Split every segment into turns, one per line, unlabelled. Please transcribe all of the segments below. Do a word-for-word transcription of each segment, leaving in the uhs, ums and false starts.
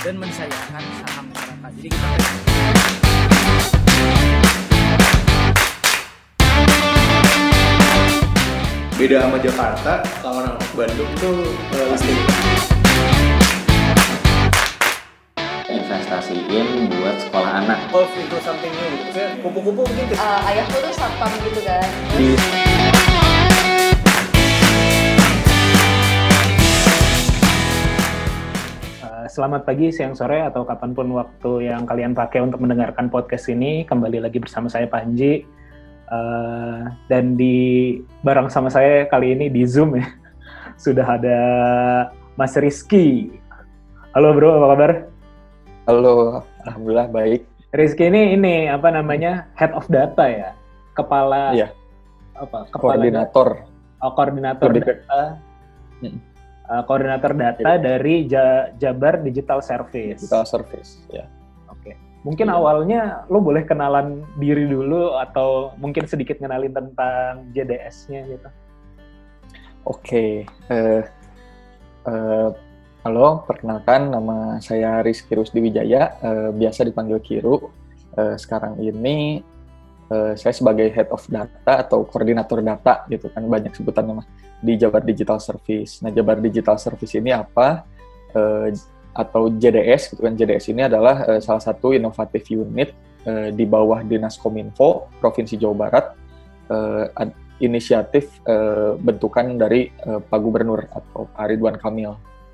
dan mensayangkan saham masyarakat. Jadi kita
beda sama Jakarta, kalau orang Bandung tuh uh, pasti
investasiin buat sekolah anak.
Golf itu something new gitu. Saya kupu-kupu mungkin
uh, ayahku tuh satpam gitu kan.
di
Selamat pagi, siang, sore, atau kapanpun waktu yang kalian pakai untuk mendengarkan podcast ini. Kembali lagi bersama saya Panji. Uh, dan di bareng sama saya kali ini di Zoom ya, sudah ada Mas Rizky. Halo bro, apa kabar?
Halo, alhamdulillah baik.
Rizky ini ini apa namanya, head of data ya, kepala
iya.
apa? Kepala
koordinator.
Da- oh, koordinator
Lebih ke-
data. Hmm. Uh, koordinator data Jadi. dari Ja- Jabar Digital Service.
Digital Service, ya.
Oke. Mungkin
Iya.
awalnya lo boleh kenalan diri dulu atau mungkin sedikit kenalin tentang J D S-nya gitu.
Oke. Eh, eh, halo, perkenalkan nama saya Rizky Rusdiwijaya, eh, biasa dipanggil Kiru. Eh, sekarang ini eh, saya sebagai Head of Data atau Koordinator Data gitu kan, banyak sebutannya mah, di Jabar Digital Service. Nah, Jabar Digital Service ini apa? Eh, atau J D S gitu kan. J D S ini adalah uh, salah satu inovatif unit uh, di bawah Dinas Kominfo Provinsi Jawa Barat, uh, ad- inisiatif uh, bentukan dari uh, Pak Gubernur atau Pak Ridwan Kamil.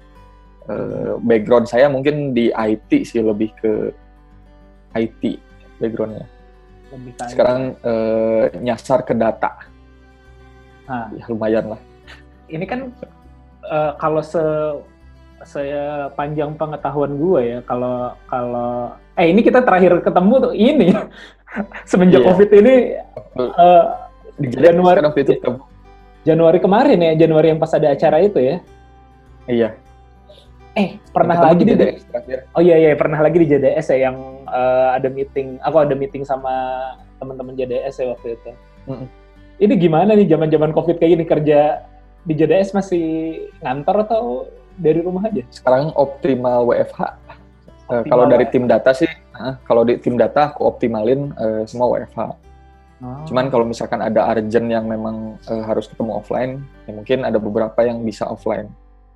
Uh, background saya mungkin di I T sih, lebih ke I T backgroundnya.
Lebih kayak-
Sekarang uh, nyasar ke data,
Nah,
ya, lumayan lah.
ini kan uh, kalau se saya panjang pengetahuan gue ya, kalau kalau eh ini kita terakhir ketemu tuh ini semenjak
Iya.
COVID ini uh,
Di
Januari
sekarang itu ketemu.
Januari kemarin ya, Januari yang pas ada acara itu ya.
Iya.
Eh, pernah
Ketemu
lagi di
J D S terakhir.
Oh iya iya pernah lagi di J D S ya, yang uh, ada meeting. Aku ada meeting sama teman-teman J D S ya waktu itu.
Mm-mm.
Ini gimana nih zaman-zaman COVID kayak gini, kerja di J D S masih ngantor atau dari rumah aja?
Sekarang optimal W F H. Eh,
Optimal
kalau dari
W F H.
tim data sih, eh, kalau di tim data aku optimalin eh, semua W F H.
Oh.
Cuman kalau misalkan ada urgent yang memang eh, harus ketemu offline, ya mungkin ada beberapa yang bisa offline.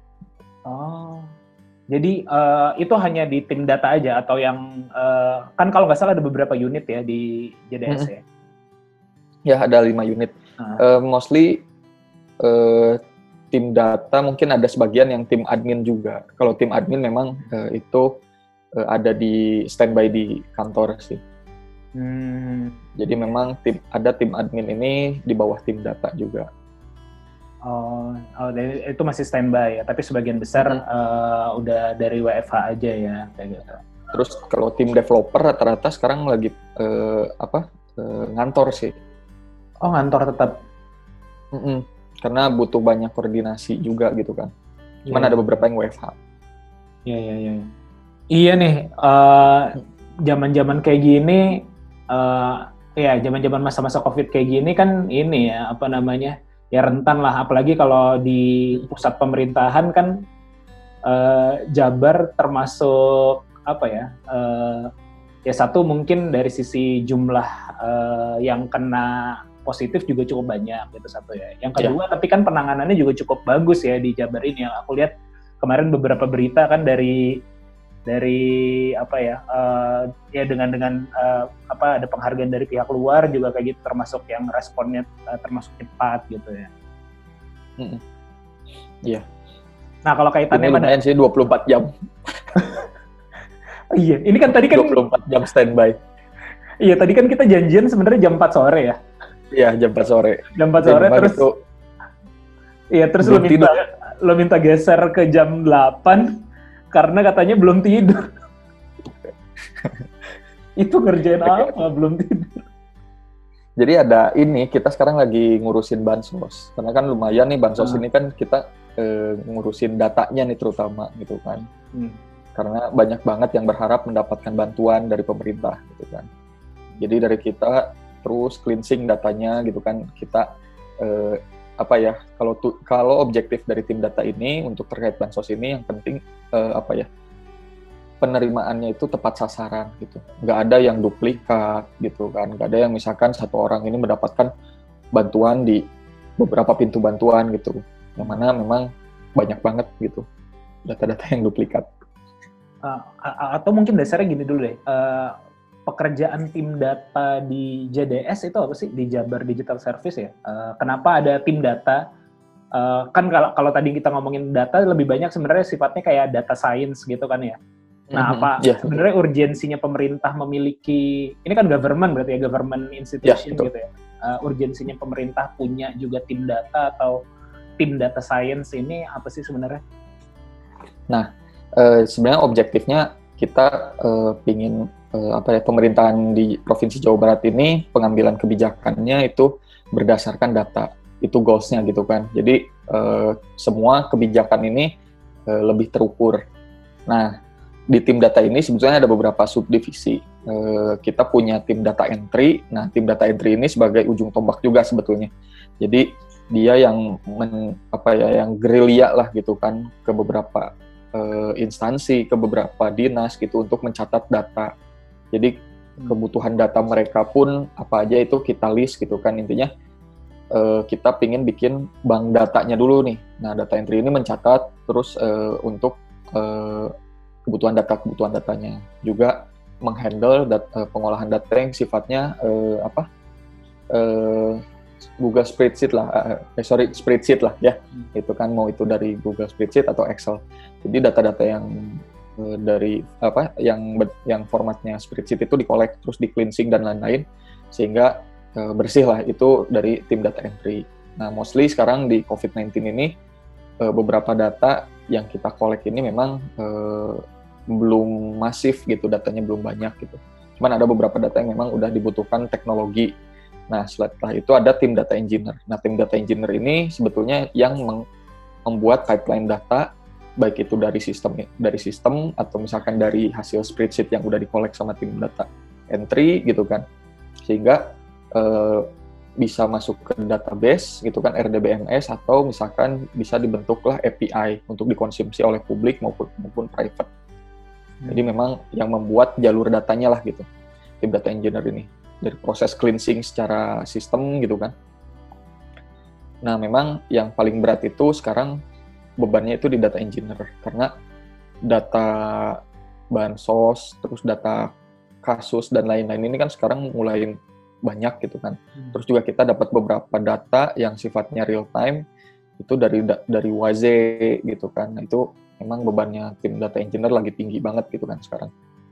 Oh. Jadi uh, itu hanya di tim data aja atau yang uh, kan kalau nggak salah ada beberapa unit ya di J D S ya.
Ya, ada lima unit.
Ah.
Eh, mostly eh, tim data, mungkin ada sebagian yang tim admin juga. Kalau tim admin memang eh, itu eh, ada di standby di kantor sih.
Hmm.
Jadi memang tim ada tim admin ini di bawah tim data juga.
Oh, oh, dari- itu masih standby ya, tapi sebagian besar
Hmm.
uh, udah dari W F H aja ya kayak gitu.
Terus kalau tim developer rata-rata sekarang lagi eh, apa eh, ngantor sih.
Oh, ngantor tetap.
Mm-mm. Karena butuh banyak koordinasi juga gitu kan. Cuman
Iya.
ada beberapa yang W F H.
Iya, iya, iya. Iya nih, eh, zaman-zaman kayak gini, eh ya zaman-zaman masa-masa COVID kayak gini kan ini ya, apa namanya, ya rentan lah. Apalagi kalau di pusat pemerintahan kan, eh, Jabar termasuk apa ya, eh, ya satu mungkin dari sisi jumlah eh, yang kena positif juga cukup banyak, gitu satu ya. Yang kedua, tapi kan penanganannya juga cukup bagus ya di Jabar ini. Yang aku lihat kemarin beberapa berita kan dari dari apa ya uh, ya dengan dengan uh, apa ada penghargaan dari pihak luar juga kayak gitu, termasuk yang responnya uh, termasuk cepat gitu ya.
Mm-mm. Iya.
Nah kalau kaitannya
Ini
pada
lumayan sih dua puluh empat jam.
oh, iya ini kan tadi kan
dua puluh empat jam standby.
iya tadi kan kita janjian sebenarnya jam empat sore ya,
Iya, jam empat sore.
jam empat
Jam
sore
empat
terus
itu
iya terus lo
belum
minta lo minta geser ke jam delapan karena katanya belum tidur. Itu ngerjain apa belum tidur?
Jadi ada ini, kita sekarang lagi ngurusin bansos. Karena kan lumayan nih bansos
Hmm.
ini kan kita eh, ngurusin datanya nih terutama gitu kan.
Hmm.
Karena banyak banget yang berharap mendapatkan bantuan dari pemerintah gitu kan. Jadi dari kita terus cleansing datanya gitu kan. Kita eh, apa ya, kalau tu, kalau objektif dari tim data ini untuk terkait bansos ini yang penting eh, apa ya, penerimaannya itu tepat sasaran gitu. Nggak ada yang duplikat gitu kan. Nggak ada yang misalkan satu orang ini mendapatkan bantuan di beberapa pintu bantuan gitu. Yang mana memang banyak banget gitu data-data yang duplikat.
Uh, atau mungkin dasarnya gini dulu deh. Uh, pekerjaan tim data di J D S itu apa sih? Di Jabar Digital Service ya? Uh, kenapa ada tim data? Uh, kan kalau kalau tadi kita ngomongin data lebih banyak sebenarnya sifatnya kayak data science gitu kan ya. Nah,
Mm-hmm.
apa
yeah.
sebenarnya urgensinya pemerintah memiliki, ini kan government berarti ya, government institution
yeah,
gitu ya. Uh, urgensinya pemerintah punya juga tim data atau tim data science ini apa sih sebenarnya?
Nah, uh, sebenarnya objektifnya kita uh, pingin uh, apa ya pemerintahan di Provinsi Jawa Barat ini pengambilan kebijakannya itu berdasarkan data. Itu goals-nya gitu kan. Jadi uh, semua kebijakan ini uh, lebih terukur. Nah, di tim data ini sebetulnya ada beberapa subdivisi. Uh, kita punya tim data entry. Nah, tim data entry ini sebagai ujung tombak juga sebetulnya. Jadi dia yang men, apa ya, yang gerilya lah gitu kan ke beberapa uh, instansi, ke beberapa dinas gitu untuk mencatat data. Jadi kebutuhan data mereka pun apa aja itu kita list gitu kan. Intinya uh, kita pingin bikin bank datanya dulu nih. Nah, data entry ini mencatat terus uh, untuk uh, kebutuhan data kebutuhan datanya juga menghandle dat, uh, pengolahan data yang sifatnya uh, apa uh, Google Spreadsheet lah, uh, eh, sorry spreadsheet lah ya, hmm. itu kan mau itu dari Google Spreadsheet atau Excel. Jadi data-data yang uh, dari apa yang yang formatnya spreadsheet itu dikolek terus di cleansing dan lain-lain sehingga uh, bersih lah itu dari tim data entry. Nah, mostly sekarang di covid sembilan belas ini uh, beberapa data yang kita kolek ini memang uh, belum masif gitu, datanya belum banyak gitu. Cuman ada beberapa data yang memang udah dibutuhkan teknologi. Nah, setelah itu ada tim data engineer. Nah, tim data engineer ini sebetulnya yang meng- membuat pipeline data, baik itu dari sistem dari sistem atau misalkan dari hasil spreadsheet yang udah dikolek sama tim data entry gitu kan. Sehingga eh, bisa masuk ke database gitu kan, R D B M S, atau misalkan bisa dibentuklah A P I untuk dikonsumsi oleh publik maupun maupun private. Jadi memang yang membuat jalur datanya lah gitu, tim data engineer ini. Dari proses cleansing secara sistem gitu kan. Nah, memang yang paling berat itu sekarang bebannya itu di data engineer. Karena data bansos, terus data kasus, dan lain-lain ini kan sekarang mulai banyak gitu kan. Terus juga kita dapat beberapa data yang sifatnya real time, itu dari dari W A Z E gitu kan. Nah, itu memang bebannya tim data engineer lagi tinggi banget gitu kan sekarang.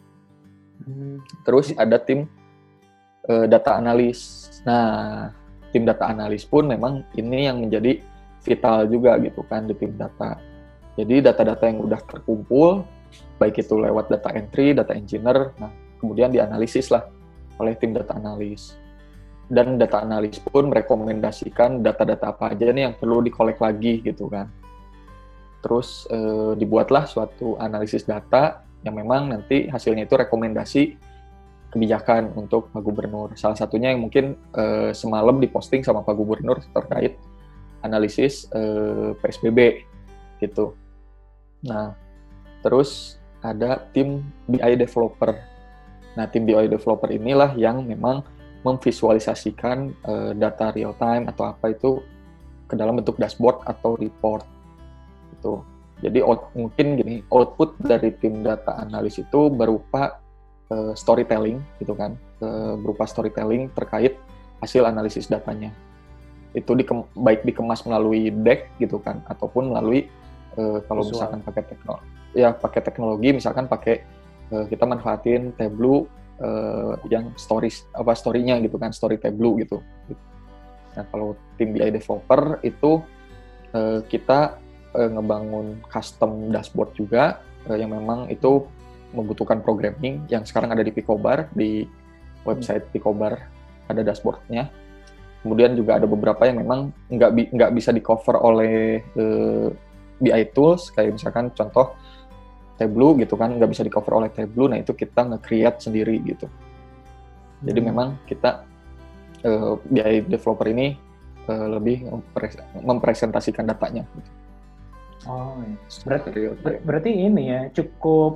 Hmm. Terus ada tim uh, data analis. Nah, tim data analis pun memang ini yang menjadi vital juga gitu kan di tim data. Jadi data-data yang udah terkumpul, baik itu lewat data entry, data engineer, nah kemudian dianalisis lah oleh tim data analis. Dan data analis pun merekomendasikan data-data apa aja nih yang perlu dikolek lagi gitu kan. Terus eh, dibuatlah suatu analisis data yang memang nanti hasilnya itu rekomendasi kebijakan untuk Pak Gubernur. Salah satunya yang mungkin eh, semalam diposting sama Pak Gubernur terkait analisis eh, P S B B gitu. Nah, terus ada tim B I developer. Nah, tim B I developer inilah yang memang memvisualisasikan eh, data real time atau apa itu ke dalam bentuk dashboard atau report. Gitu. Jadi out, mungkin gini, output dari tim data analis itu berupa uh, storytelling gitu kan, uh, berupa storytelling terkait hasil analisis datanya. Itu dikem, baik dikemas melalui deck gitu kan, ataupun melalui uh, kalau Visual. misalkan pakai teknologi, ya pakai teknologi, misalkan pakai uh, kita manfaatin Tableau uh, yang stories apa story-nya gitu kan, story Tableau gitu. Nah, kalau tim B I developer itu uh, kita ngebangun custom dashboard juga uh, yang memang itu membutuhkan programming yang sekarang ada di Picobar, di website Picobar ada dashboardnya. Kemudian juga ada beberapa yang memang nggak bi- nggak bisa di cover oleh uh, B I tools, kayak misalkan contoh Tableau gitu kan, nggak bisa di cover oleh Tableau. Nah, itu kita nge-create sendiri gitu. Jadi hmm. memang kita uh, B I developer ini uh, lebih mempres- mempresentasikan datanya gitu.
Oh, iya. berarti ber- berarti ini ya cukup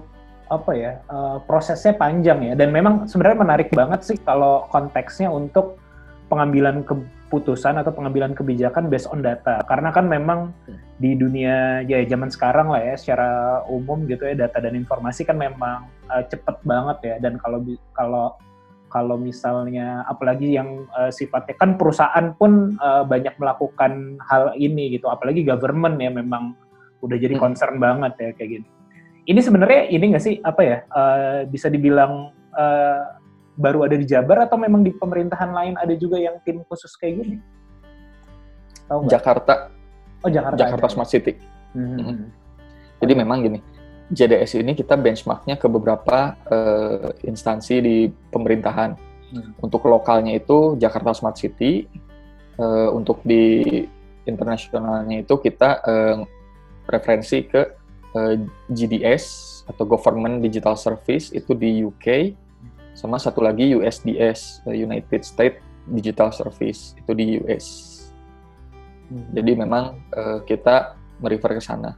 apa ya uh, prosesnya panjang ya, dan memang sebenarnya menarik banget sih kalau konteksnya untuk pengambilan keputusan atau pengambilan kebijakan based on data, karena kan memang di dunia ya zaman sekarang lah ya secara umum gitu ya, data dan informasi kan memang uh, cepet banget ya, dan kalau kalau kalau misalnya apalagi yang uh, sifatnya kan perusahaan pun uh, banyak melakukan hal ini gitu, apalagi government ya memang udah jadi concern hmm. banget ya kayak gini. Ini sebenarnya ini nggak sih apa ya uh, bisa dibilang uh, baru ada di Jabar atau memang di pemerintahan lain ada juga yang tim khusus kayak gini? Tahu nggak?
Jakarta.
Oh Jakarta.
Jakarta
aja.
Smart City.
Hmm.
Hmm. Jadi memang gini, J D S ini kita benchmarknya ke beberapa uh, instansi di pemerintahan. Hmm. Untuk lokalnya itu Jakarta Smart City, uh, untuk di internasionalnya itu kita uh, referensi ke uh, G D S atau Government Digital Service itu di U K, sama satu lagi U S D S, United States Digital Service itu di U S. Hmm. Jadi memang uh, kita merefer ke sana.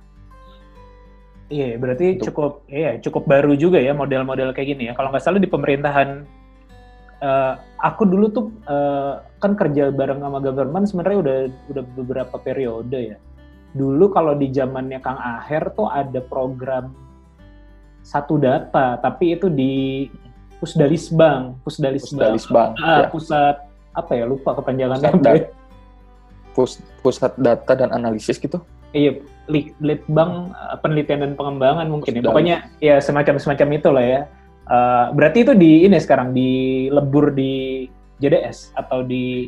Iya, berarti
Untuk,
cukup, iya cukup baru juga ya model-model kayak gini ya. Kalau nggak salah di pemerintahan, uh, aku dulu tuh uh, kan kerja bareng sama government sebenarnya udah udah beberapa periode ya. Dulu kalau di zamannya Kang Aher tuh ada program satu data, tapi itu di Pusdalisbang, Pusdalisbang,
Pusdalisbang,
ah,
ya.
Pusat apa ya lupa kepanjangannya.
Pusat, da- Pus- pusat data dan analisis gitu.
Iya, Litbang penelitian dan pengembangan mungkin ya. Pokoknya ya semacam semacam itulah ya. Uh, berarti itu di ini sekarang dilebur di J D S atau di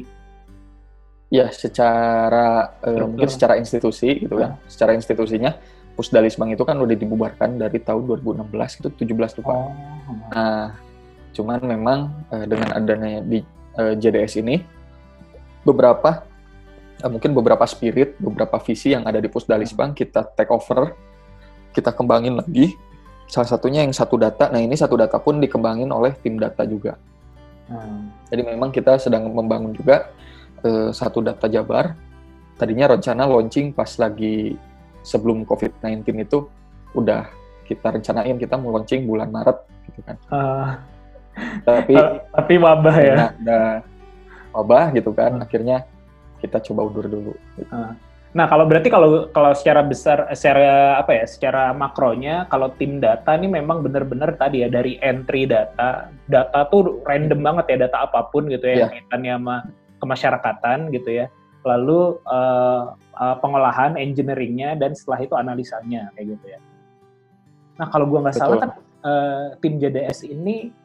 ya secara uh, mungkin secara institusi gitu kan. Secara institusinya Pusdalisbang itu kan udah dibubarkan dari tahun dua ribu enam belas itu tujuh belas tuh Pak.
Oh.
Nah, cuman memang uh, dengan adanya di uh, J D S ini beberapa uh, mungkin beberapa spirit, beberapa visi yang ada di Pusdalisbang kita take over, kita kembangin lagi. Salah satunya yang satu data. Nah, ini satu data pun dikembangin oleh tim data juga. Hmm. Jadi memang kita sedang membangun juga uh, satu data Jabar. Tadinya rencana launching pas lagi sebelum covid sembilan belas itu udah kita rencanain kita mau launching bulan Maret gitu kan. Uh, tapi
tapi wabah ya.
Ada wabah gitu kan. Uh. Akhirnya kita coba undur dulu. Gitu.
Uh. Nah, kalau berarti kalau kalau secara besar, secara apa ya, secara makronya, kalau tim data ini memang benar-benar tadi ya dari entry data, data tuh random banget ya, data apapun gitu ya, yeah. yang kaitannya sama kemasyarakatan gitu ya. Lalu uh, uh, pengolahan, engineering-nya, dan setelah itu analisanya kayak gitu ya. Nah, kalau gua nggak salah kan uh, tim J D S ini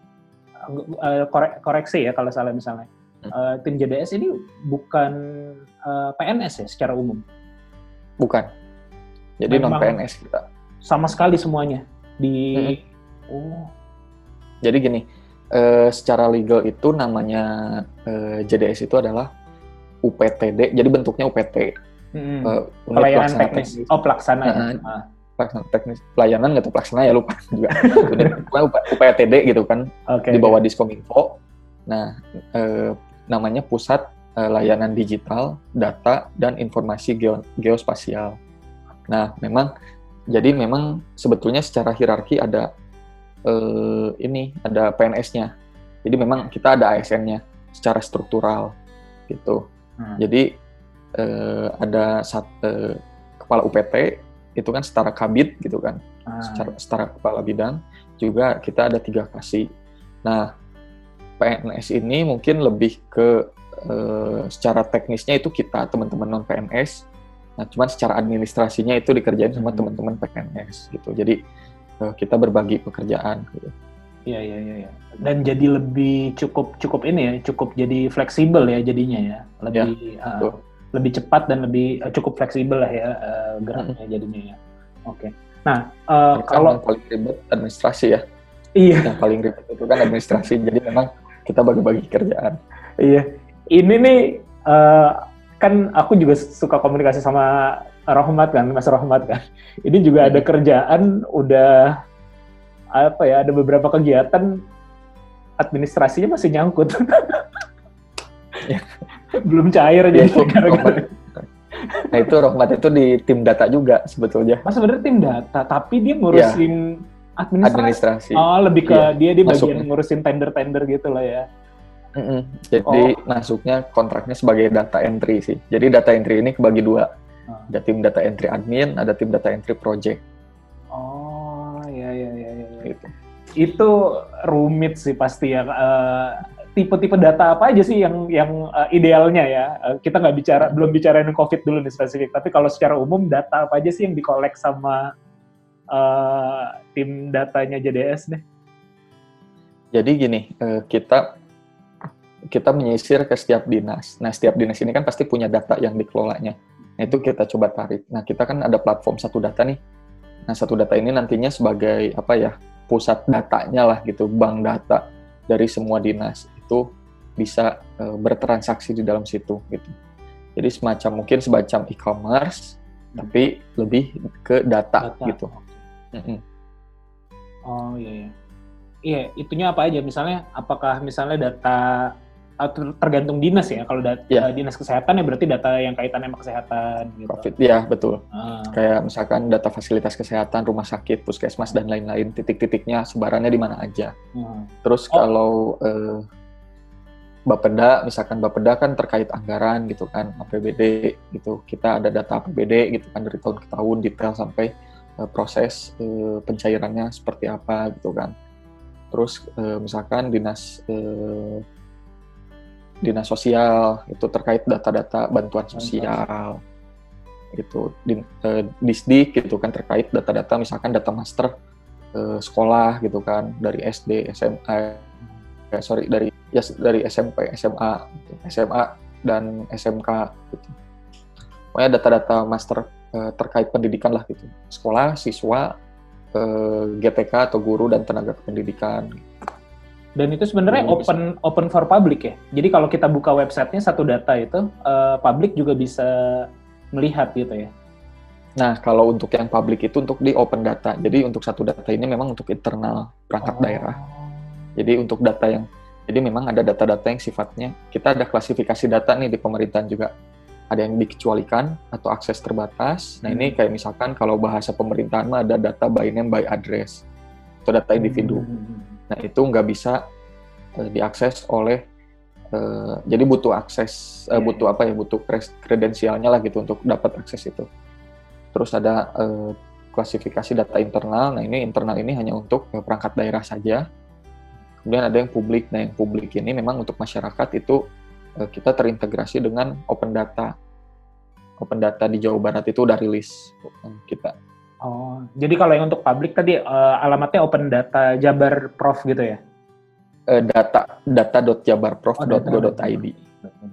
uh, korek, koreksi ya kalau salah misalnya. Uh, tim J D S ini bukan uh, P N S ya secara umum?
Bukan. Jadi non P N S kita.
Sama sekali semuanya di. Mm-hmm. Oh.
Jadi gini, uh, secara legal itu namanya uh, J D S itu adalah U P T D. Jadi bentuknya U P T.
Mm-hmm. Uh, pelayanan teknis. teknis. Oh pelaksana.
Uh,
ah.
Pelaksana teknis. Pelayanan atau pelaksana ya lupa juga. U P T D gitu kan.
Okay,
di bawah
okay.
Diskominfo. Nah, uh, namanya Pusat Layanan Digital, Data, dan Informasi Geo- Geospasial. Nah, memang, jadi memang sebetulnya secara hierarki ada eh, ini, ada P N S-nya. Jadi memang kita ada A S N-nya secara struktural, gitu. Hmm. Jadi eh, ada sat, eh, kepala U P T, itu kan setara kabid, gitu kan, hmm. secara setara kepala bidang. Juga kita ada tiga kasih. Nah, P N S ini mungkin lebih ke Uh, secara teknisnya itu kita teman-teman non P N S, nah cuman secara administrasinya itu dikerjain sama teman-teman P N S gitu. Jadi uh, kita berbagi pekerjaan. Gitu.
Iya iya iya. Dan jadi lebih cukup cukup ini ya, cukup jadi fleksibel ya jadinya ya, lebih ya, uh, lebih cepat dan lebih uh, cukup fleksibel lah ya uh, geraknya mm-hmm. jadinya ya. Oke. Okay. Nah uh, kalau
yang paling ribet administrasi ya.
Iya.
Yang paling ribet itu kan administrasi. Jadi memang kita bagi-bagi kerjaan.
Iya. Ini nih, uh, kan aku juga suka komunikasi sama Rohmat kan, Mas Rohmat kan. Ini juga ada kerjaan, udah, apa ya, ada beberapa kegiatan, administrasinya masih nyangkut. Belum cair aja.
Ya, nah itu Rohmat itu di tim data juga sebetulnya.
Mas sebenarnya tim data, tapi dia ngurusin, Administrasi.
administrasi.
Oh, lebih ke
Iya,
dia di bagian
masuknya.
ngurusin tender-tender gitu lah ya.
Mm-mm. Jadi
Oh.
masuknya kontraknya sebagai data entry sih. Jadi data entry ini kebagi dua.
Ah.
Ada tim data entry admin, ada tim data entry project.
Oh, ya ya ya ya. ya.
Gitu.
Itu rumit sih pasti ya. Eh, tipe-tipe data apa aja sih yang yang eh, idealnya ya? Eh, kita nggak bicara, belum bicarain COVID dulu nih spesifik. Tapi kalau secara umum data apa aja sih yang dikolek sama eh, tim datanya J D S nih?
Jadi gini, eh, kita kita menyisir ke setiap dinas. Nah, setiap dinas ini kan pasti punya data yang dikelolanya. Nah, itu kita coba tarik. Nah, kita kan ada platform satu data nih. Nah, satu data ini nantinya sebagai apa ya, pusat datanya lah gitu, bank data dari semua dinas itu bisa e, bertransaksi di dalam situ gitu. Jadi semacam mungkin semacam e-commerce,
Hmm.
tapi lebih ke data,
Data.
gitu.
Oke.
Mm-mm.
Oh iya iya. Iya, itunya apa aja? Misalnya, apakah misalnya data atau tergantung dinas ya? Kalau dat-
Iya.
eh, dinas kesehatan ya berarti data yang kaitannya sama kesehatan gitu.
Profit, ya betul.
Ah.
Kayak misalkan data fasilitas kesehatan, rumah sakit, puskesmas dan lain-lain, titik-titiknya sebarannya di mana aja.
Hmm.
Terus
Oh.
kalau eh, Bapeda, misalkan Bapeda kan terkait anggaran gitu kan, A P B D gitu. Kita ada data A P B D gitu kan dari tahun ke tahun, detail sampai eh, proses eh, pencairannya seperti apa gitu kan. Terus eh, misalkan dinas eh, dinas sosial itu terkait data-data bantuan sosial gitu. Din, eh, Disdik gitu kan terkait data-data misalkan data master eh, sekolah gitu kan dari S D, S M A, eh, sorry dari ya dari S M P, S M A, gitu. S M A dan S M K gitu. Pokoknya data-data master eh, terkait pendidikan lah gitu. Sekolah, siswa, eh, G T K atau guru dan tenaga kependidikan.
Dan itu sebenarnya
Jadi
open open for public ya. Jadi kalau kita buka websitenya satu data itu, eh, publik juga bisa melihat gitu ya.
Nah, kalau untuk yang publik itu untuk di open data. Jadi untuk satu data ini memang untuk internal perangkat
Oh.
daerah. Jadi untuk data yang, jadi memang ada data-data yang sifatnya, kita ada klasifikasi data nih di pemerintahan juga. Ada yang dikecualikan atau akses terbatas. Nah, ini kayak misalkan kalau bahasa pemerintahan mah ada data by name by address. Itu data individu.
Hmm.
Nah, itu nggak bisa eh, diakses oleh, eh, jadi butuh akses, eh,
Iya,
butuh apa ya, butuh kres- kredensialnya lah gitu untuk dapat akses itu. Terus ada eh, klasifikasi data internal. Nah, ini internal ini hanya untuk eh, perangkat daerah saja. Kemudian ada yang publik. Nah, yang publik ini memang untuk masyarakat itu eh, kita terintegrasi dengan open data. Open data di Jawa Barat itu udah rilis eh, kita.
Oh, jadi kalau yang untuk publik tadi eh, alamatnya open data Jabar Prof gitu ya?
Eh, data data dot jabarprof dot go dot i d.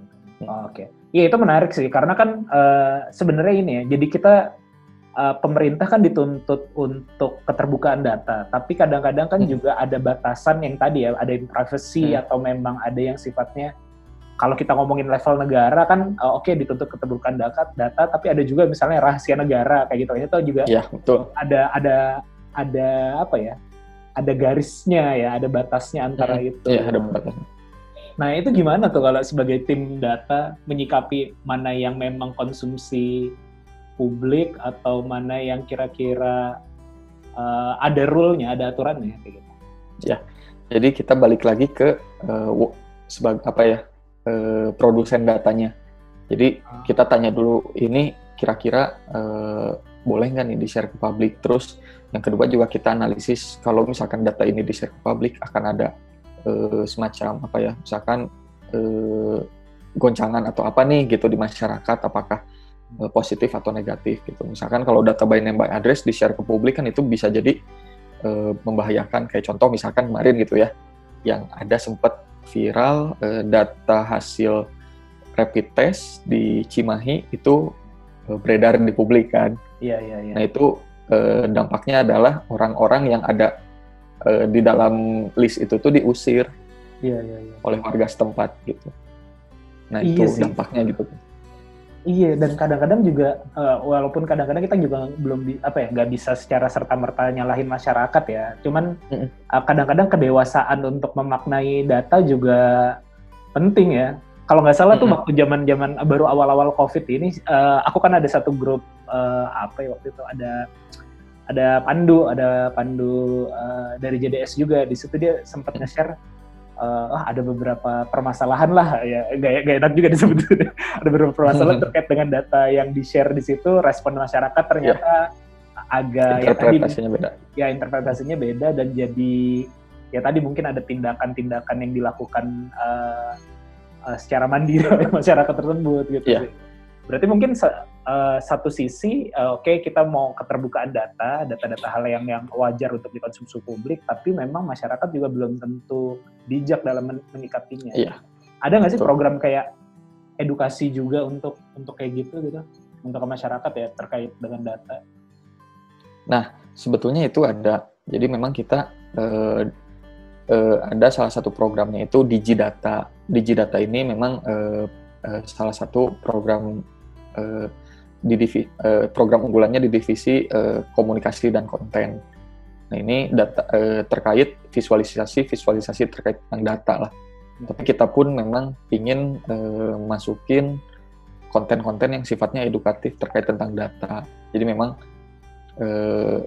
Oh, Oke, iya itu menarik sih karena kan eh, sebenarnya ini ya. Jadi kita eh, pemerintah kan dituntut untuk keterbukaan data, tapi kadang-kadang kan
Hmm.
juga ada batasan yang tadi ya, ada yang privacy
Hmm.
atau memang ada yang sifatnya kalau kita ngomongin level negara kan eh, oke dituntut keterbukaan data, data, tapi ada juga misalnya rahasia negara kayak gitu. Itu juga
Iya, betul.
ada ada ada apa ya? Ada garisnya ya, ada batasnya antara
Hmm.
itu.
Iya, ada batasnya.
Nah, itu gimana tuh kalau sebagai tim data menyikapi mana yang memang konsumsi publik atau mana yang kira-kira uh, ada rule-nya, ada aturannya kayak gitu.
Jadi kita balik lagi ke uh, wo- sebagai apa ya, uh, produsen datanya. Jadi
Ah.
kita tanya dulu ini kira-kira uh, boleh nggak nih di-share ke publik. Terus yang kedua juga kita analisis kalau misalkan data ini di-share ke publik akan ada uh, semacam apa ya, misalkan uh, goncangan atau apa nih gitu di masyarakat, apakah uh, positif atau negatif gitu. Misalkan kalau data by name by address di-share ke publik kan itu bisa jadi uh, membahayakan. Kayak contoh misalkan kemarin gitu ya, yang ada sempat viral uh, data hasil rapid test di Cimahi itu uh, beredar di publik kan.
Iya, iya, iya.
Nah itu uh, dampaknya adalah orang-orang yang ada uh, di dalam list itu tuh diusir
Iya, iya, iya.
oleh warga setempat gitu. Nah
Iya
itu
sih.
dampaknya gitu.
Iya, dan kadang-kadang juga uh, walaupun kadang-kadang kita juga belum bi- apa ya, nggak bisa secara serta-merta nyalahin masyarakat ya. Cuman
Mm-mm.
uh, kadang-kadang kedewasaan untuk memaknai data juga penting ya. Kalau nggak salah tuh
Mm-mm.
waktu zaman-zaman baru awal-awal COVID ini, uh, aku kan ada satu grup uh, apa ya waktu itu ada ada Pandu, ada Pandu uh, dari J D S juga. Di situ dia sempat nge-share, uh, oh, ada beberapa permasalahan lah, ya gak, gak enak juga disebut. Ada beberapa permasalahan terkait dengan data yang di-share di situ, respon masyarakat ternyata yeah. agak
interpretasinya
ya, tadi,
beda.
Ya interpretasinya beda dan jadi ya tadi mungkin ada tindakan-tindakan yang dilakukan uh, uh, secara mandiri oleh masyarakat tersebut gitu
yeah.
sih. Berarti mungkin uh, satu sisi, uh, oke okay, kita mau keterbukaan data, data-data hal yang yang wajar untuk dikonsumsi publik, tapi memang masyarakat juga belum tentu bijak dalam men- menyikapinya.
Iya.
Ada nggak sih program kayak edukasi juga untuk untuk kayak gitu gitu, untuk ke masyarakat ya terkait dengan data?
Nah, sebetulnya itu ada. Jadi memang kita uh, uh, ada salah satu programnya itu Digidata. Digidata ini memang uh, uh, salah satu program Uh, di divi, uh, program unggulannya di divisi uh, komunikasi dan konten. Nah ini data uh, terkait visualisasi visualisasi terkait tentang data lah. Hmm. Tapi kita pun memang ingin uh, masukin konten-konten yang sifatnya edukatif terkait tentang data. Jadi memang uh,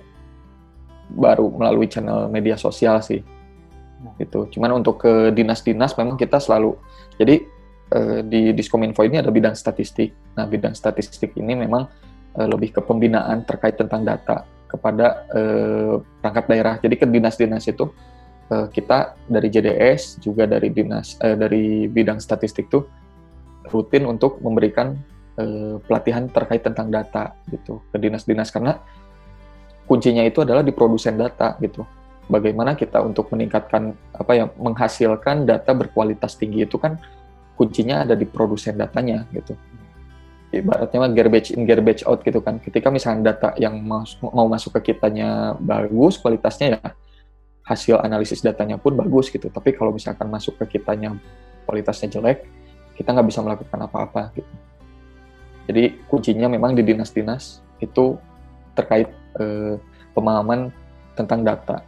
baru melalui channel media sosial sih. Hmm. Gitu. Cuman untuk ke dinas-dinas memang kita selalu jadi di Diskominfo ini ada bidang statistik. Nah, bidang statistik ini memang uh, lebih ke pembinaan terkait tentang data kepada uh, perangkat daerah. Jadi ke dinas-dinas itu uh, kita dari J D S juga dari dinas uh, dari bidang statistik tuh rutin untuk memberikan uh, pelatihan terkait tentang data gitu ke dinas-dinas karena kuncinya itu adalah di produsen data gitu. Bagaimana kita untuk meningkatkan apa ya menghasilkan data berkualitas tinggi itu kan kuncinya ada di produsen datanya gitu. Ibaratnya mah garbage in garbage out gitu kan. Ketika misalnya data yang mau, mau masuk ke kitanya bagus kualitasnya ya hasil analisis datanya pun bagus gitu. Tapi kalau misalkan masuk ke kitanya kualitasnya jelek, kita nggak bisa melakukan apa-apa gitu. Jadi kuncinya memang di dinas-dinas itu terkait eh, pemahaman tentang data.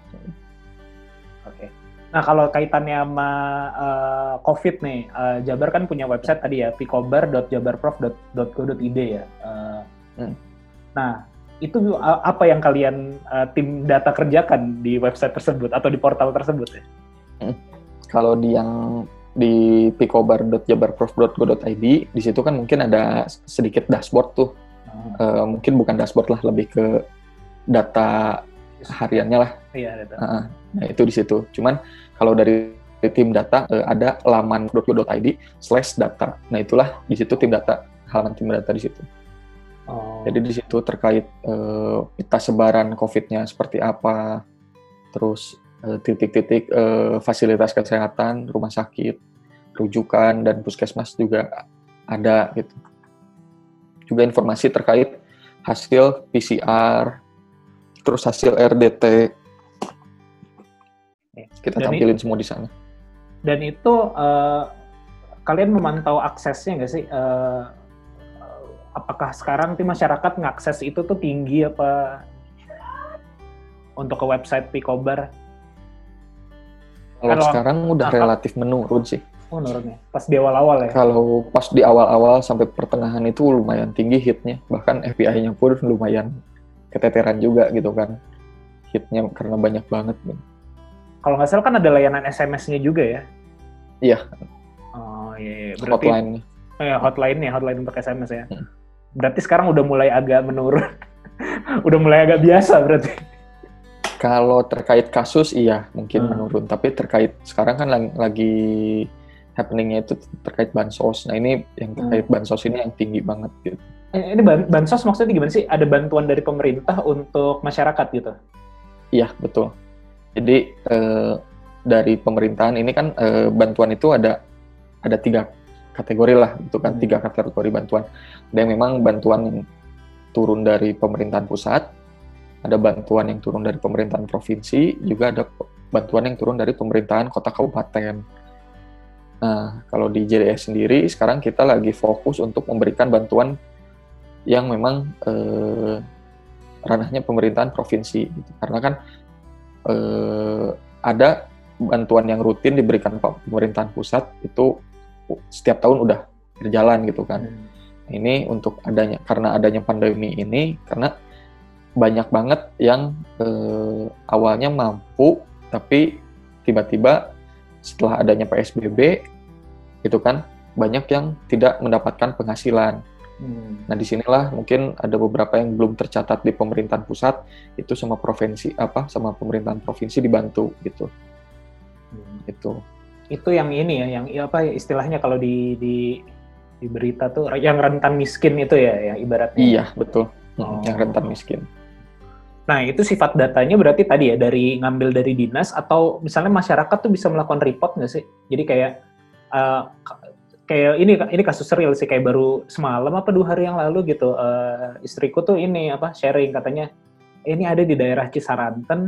Oke. Nah, kalau kaitannya sama uh, COVID nih, uh, Jabar kan punya website tadi ya, picobar dot jabarprof dot go dot i d ya. Uh, hmm. Nah, itu uh, apa yang kalian uh, tim data kerjakan di website tersebut atau di portal tersebut ya?
Hmm. Kalau di yang di picobar dot jabarprof dot go dot i d, di situ kan mungkin ada sedikit dashboard tuh. Hmm. Uh, mungkin bukan dashboard lah, lebih ke data hariannya lah.
Iya, data.
Uh, nah, itu di situ. Cuman kalau dari tim data uh, ada laman dot go dot i d slash data. Nah, itulah di situ tim data, halaman tim data di situ. Oh. Jadi di situ terkait uh, peta sebaran COVID-nya seperti apa, terus uh, titik-titik uh, fasilitas kesehatan, rumah sakit, rujukan dan puskesmas juga ada gitu. Juga informasi terkait hasil P C R, terus hasil R D T. Kita dan tampilin itu, semua di sana.
Dan itu uh, kalian memantau aksesnya nggak sih? Uh, apakah sekarang tim masyarakat ngakses itu tuh tinggi apa untuk ke website Picobar?
Kalau, Kalau sekarang udah apa? Relatif menurun sih.
Oh, menurun ya? Pas di awal-awal ya?
Kalau pas di awal-awal sampai pertengahan itu lumayan tinggi hitnya. Bahkan F B I-nya pun lumayan keteteran juga gitu kan. Hitnya karena banyak banget gitu. Kalau
nggak salah kan ada layanan S M S-nya juga ya?
Iya.
Oh iya, iya. Berarti,
hotline-nya.
Eh, hotline-nya, hotline untuk S M S ya. Hmm. Berarti sekarang udah mulai agak menurun. Udah mulai agak biasa berarti.
Kalau terkait kasus iya mungkin hmm. menurun, tapi terkait sekarang kan lagi, lagi happening-nya itu terkait bansos. Nah ini yang terkait hmm. bansos ini yang tinggi banget gitu.
Ini bansos maksudnya gimana sih? Ada bantuan dari pemerintah untuk masyarakat gitu?
Iya betul. Jadi eh, dari pemerintahan ini kan eh, bantuan itu ada ada tiga kategori lah, itu kan hmm. tiga kategori bantuan. Ada yang memang bantuan yang turun dari pemerintahan pusat, ada bantuan yang turun dari pemerintahan provinsi, juga ada bantuan yang turun dari pemerintahan kota kabupaten. Nah kalau di J D S sendiri sekarang kita lagi fokus untuk memberikan bantuan yang memang eh, ranahnya pemerintahan provinsi, gitu. Karena kan Uh, ada bantuan yang rutin diberikan pemerintahan pusat itu setiap tahun udah berjalan gitu kan. Hmm. Ini untuk adanya karena adanya pandemi ini, karena banyak banget yang eh, awalnya mampu, tapi tiba-tiba setelah adanya P S B B, itu kan banyak yang tidak mendapatkan penghasilan.
Hmm.
Nah, disinilah mungkin ada beberapa yang belum tercatat di pemerintahan pusat, itu sama provinsi apa, sama pemerintahan provinsi dibantu gitu.
Hmm.
Itu.
Itu yang ini ya, yang apa istilahnya kalau di di di berita tuh yang rentan miskin itu ya, yang ibaratnya.
Iya, betul.
Oh.
Yang rentan miskin.
Nah, itu sifat datanya berarti tadi ya, dari ngambil dari dinas, atau misalnya masyarakat tuh bisa melakukan report nggak sih? Jadi kayak, uh, kayak ini ini kasus real sih, kayak baru semalam apa dua hari yang lalu gitu, uh, istriku tuh ini apa sharing katanya, ini ada di daerah Cisaranten,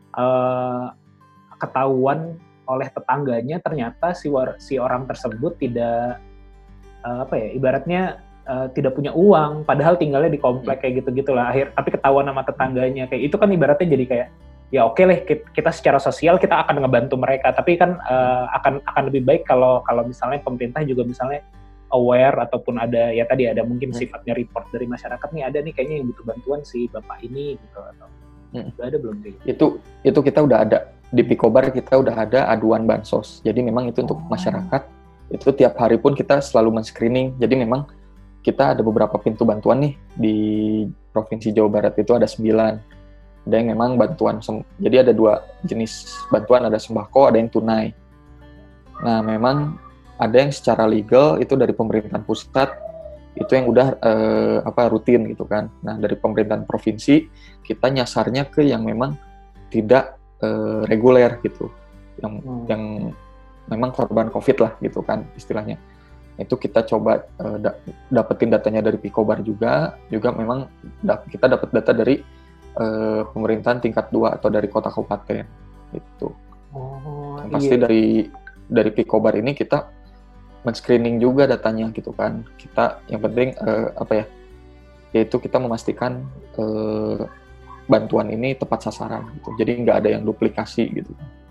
uh, ketahuan oleh tetangganya ternyata si war, si orang tersebut tidak, uh, apa ya, ibaratnya Uh, tidak punya uang, padahal tinggalnya di komplek kayak gitu-gitulah. Akhir, tapi ketahuan sama tetangganya kayak itu kan ibaratnya jadi kayak ya oke lah kita secara sosial kita akan ngebantu mereka, tapi kan uh, akan akan lebih baik kalau kalau misalnya pemerintah juga misalnya aware ataupun ada ya tadi ada mungkin hmm. sifatnya report dari masyarakat nih, ada nih kayaknya yang butuh bantuan si bapak ini gitu, atau hmm. udah ada belum sih?
Itu itu kita udah ada di Picobar, kita udah ada aduan bansos. Jadi memang itu untuk oh. masyarakat. Itu tiap hari pun kita selalu men-screening. Jadi memang kita ada beberapa pintu bantuan nih di Provinsi Jawa Barat, itu ada sembilan. Ada yang memang bantuan, sem- jadi ada dua jenis bantuan, ada sembako, ada yang tunai. Nah, memang ada yang secara legal itu dari pemerintahan pusat, itu yang udah eh, apa rutin gitu kan. Nah, dari pemerintahan provinsi kita nyasarnya ke yang memang tidak eh, reguler gitu, yang hmm. yang memang korban COVID lah gitu kan istilahnya. Itu kita coba uh, da- dapetin datanya dari Picobar juga, juga memang da- kita dapat data dari uh, pemerintahan tingkat dua atau dari kota kabupaten itu.
Oh,
yang pasti
iya.
dari dari Picobar ini kita men-screening juga datanya gitu kan. Kita yang penting uh, apa ya? Yaitu kita memastikan uh, bantuan ini tepat sasaran gitu. Jadi nggak ada yang duplikasi gitu.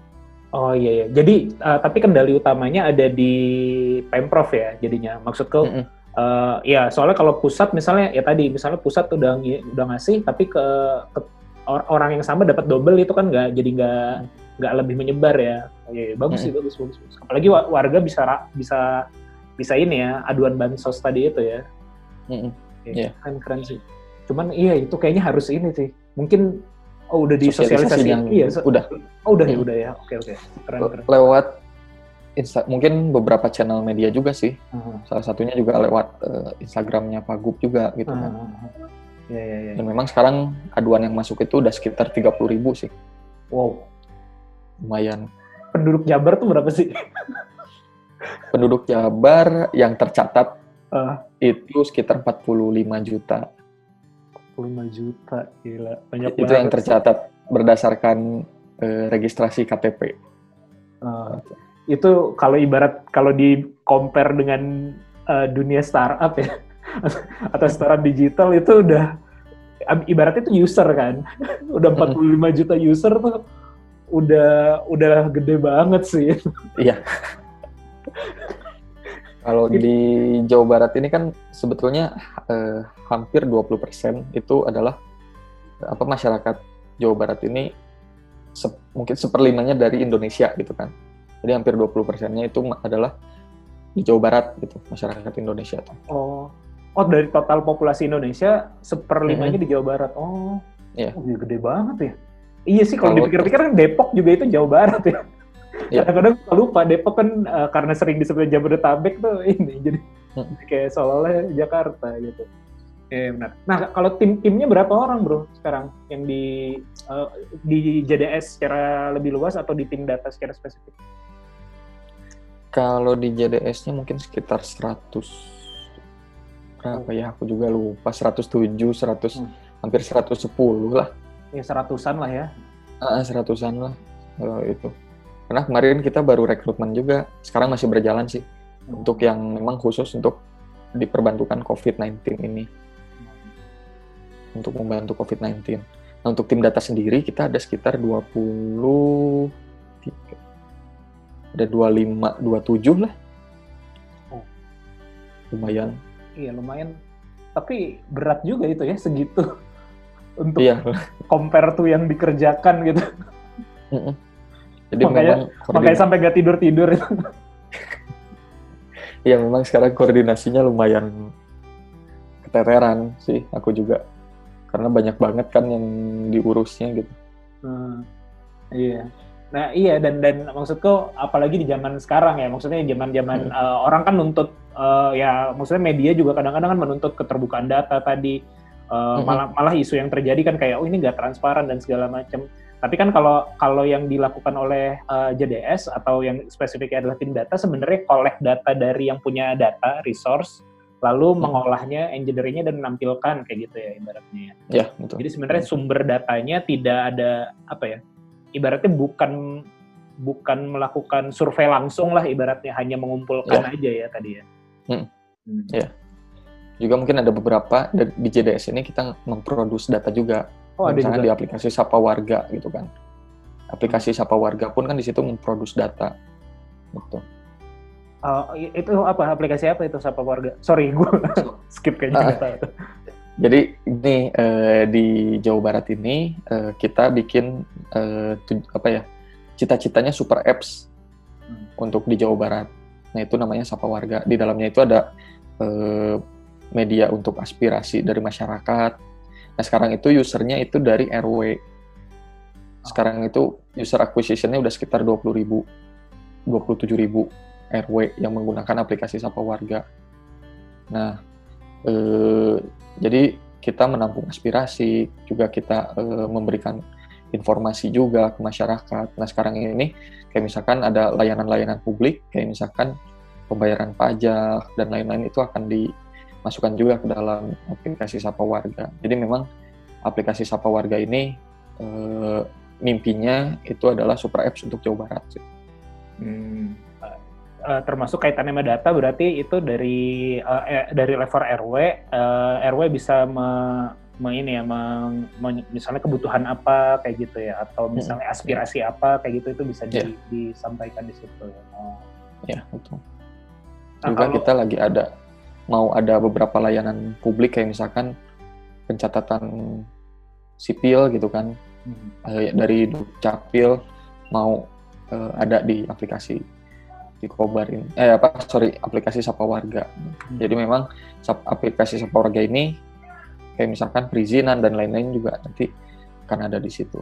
Oh iya, iya. Jadi uh, tapi kendali utamanya ada di Pemprov ya jadinya. Maksudku, mm-hmm. uh, ya soalnya kalau pusat misalnya ya tadi misalnya pusat udah udah ngasih, tapi ke, ke orang yang sama dapat double itu kan nggak jadi nggak nggak lebih menyebar ya. Oh, iya, iya. Bagus mm-hmm. sih, bagus, bagus, bagus. Apalagi warga bisa bisa bisa ini ya aduan bansos tadi itu ya. Mm-hmm. Okay, yeah. Keren keren sih. Cuman iya itu kayaknya harus ini sih. Mungkin oh udah disosialisasi, iya, so,
udah,
oh udah ya, udah ya, oke oke, keren keren.
Lewat Insta, mungkin beberapa channel media juga sih, uh-huh. salah satunya juga lewat uh, Instagramnya Pak Gub juga gitu uh-huh. kan.
Ya, ya, ya.
Dan memang sekarang aduan yang masuk itu udah sekitar tiga puluh ribu sih.
Wow,
lumayan.
Penduduk Jabar tuh berapa sih?
Penduduk Jabar yang tercatat
uh.
itu sekitar empat puluh lima juta.
empat puluh lima juta, gila. Banyak
itu
banget.
Yang tercatat berdasarkan uh, registrasi K T P.
Uh, itu kalau ibarat, kalau di compare dengan uh, dunia startup ya, atau startup digital itu udah, ibaratnya itu user kan, udah empat puluh lima juta user tuh, udah udah gede banget sih.
Iya. Kalau di Jawa Barat ini kan sebetulnya eh, hampir dua puluh persen itu adalah apa masyarakat Jawa Barat ini se- mungkin seperlimanya dari Indonesia gitu kan. Jadi hampir dua puluh persennya itu adalah di Jawa Barat gitu, masyarakat Indonesia tuh.
Oh. Oh, dari total populasi Indonesia seperlimanya mm-hmm. di Jawa Barat. Oh.
Iya.
Oh, gede banget ya. Iya sih kalau dipikir-pikir kan Depok juga itu Jawa Barat ya. Ya. Kadang-kadang lupa Depok kan uh, karena sering disebut Jabodetabek tuh ini jadi hmm. kayak seolah-olah Jakarta gitu. Eh benar. Nah kalau tim-timnya berapa orang bro sekarang yang di uh, di J D S secara lebih luas atau di tim data secara spesifik?
Kalau di J D S-nya mungkin sekitar seratus berapa ya? Aku juga lupa seratus tujuh, seratus hmm. hampir seratus sepuluh lah.
Ya seratusan lah ya.
Ah, seratusan lah kalau itu. Karena kemarin kita baru rekrutmen juga, sekarang masih berjalan sih, hmm. untuk yang memang khusus untuk diperbantukan covid sembilan belas ini. Untuk membantu covid sembilan belas. Nah, untuk tim data sendiri, kita ada sekitar dua puluh tiga, ada dua puluh lima, dua puluh tujuh lah.
Oh.
Lumayan.
Iya, lumayan. Tapi berat juga itu ya, segitu. untuk
Iya.
compare tuh yang dikerjakan gitu.
Mm-mm. Jadi
Makanya-
memang
Makanya
koordinasi,
sampai gak tidur-tidur itu.
ya memang sekarang koordinasinya lumayan keteteran sih aku juga. Karena banyak banget kan yang diurusnya gitu.
Hmm, iya. Nah iya dan dan maksudku apalagi di zaman sekarang ya, maksudnya zaman-zaman
Hmm.
eh, orang kan nuntut eh, ya maksudnya media juga kadang-kadang kan menuntut keterbukaan data tadi. Eh,
Mm-mm.
malah malah isu yang terjadi kan kayak oh ini nggak transparan dan segala macam. Tapi kan kalau kalau yang dilakukan oleh eh, J D S atau yang spesifiknya adalah tim data sebenarnya collect data dari yang punya data resource lalu
Hmm.
mengolahnya, engineering-nya dan menampilkan kayak gitu ya ibaratnya ya.
Ya, betul.
Jadi sebenarnya sumber datanya tidak ada apa ya? Ibaratnya bukan bukan melakukan survei langsung lah ibaratnya hanya mengumpulkan
Ya.
aja ya tadi ya.
Hmm.
Hmm.
Ya. Juga mungkin ada beberapa da- di J D S ini kita memproduksi data juga.
Oh ada
Misalnya
juga.
di aplikasi Sapa Warga gitu kan. Aplikasi Sapa Warga pun kan di situ memproduksi data. Gitu.
Oh, i- itu apa aplikasi apa itu Sapa Warga? Sorry gue skip kayaknya
Ah.
nggak tahu.
Jadi ini eh, di Jawa Barat ini eh, kita bikin eh, tu- apa ya? Cita-citanya super apps
Hmm.
untuk di Jawa Barat. Nah, itu namanya Sapa Warga. Di dalamnya itu ada eh, media untuk aspirasi dari masyarakat. Nah, sekarang itu usernya itu dari R W. Sekarang itu user acquisition-nya udah sekitar dua puluh ribu, dua puluh tujuh ribu R W yang menggunakan aplikasi Sapa Warga. Nah, eh, jadi kita menampung aspirasi, juga kita eh, memberikan informasi juga ke masyarakat. Nah, sekarang ini kayak misalkan ada layanan-layanan publik, kayak misalkan pembayaran pajak dan lain-lain itu akan dimasukkan juga ke dalam aplikasi Sapa Warga. Jadi memang aplikasi Sapa Warga ini eh, mimpinya itu adalah super apps untuk Jawa Barat.
Hmm. Eh, termasuk kaitannya sama data berarti itu dari eh, eh, dari level R W eh, R W bisa me, me- ini ya me- me- misalnya kebutuhan apa kayak gitu ya atau misalnya aspirasi apa kayak gitu itu bisa di-
Yeah.
disampaikan di situ ya. Oh.
Ya, betul.
Nah,
Juga
kalau-
kita lagi ada mau ada beberapa layanan publik kayak misalkan pencatatan sipil gitu kan,
Hmm.
eh, dari Dukcapil mau eh, ada di aplikasi di Kobar ini. Eh apa sorry aplikasi Sapa Warga.
Hmm.
Jadi memang sap- aplikasi Sapa Warga ini kayak misalkan perizinan dan lain-lain juga nanti akan ada di situ.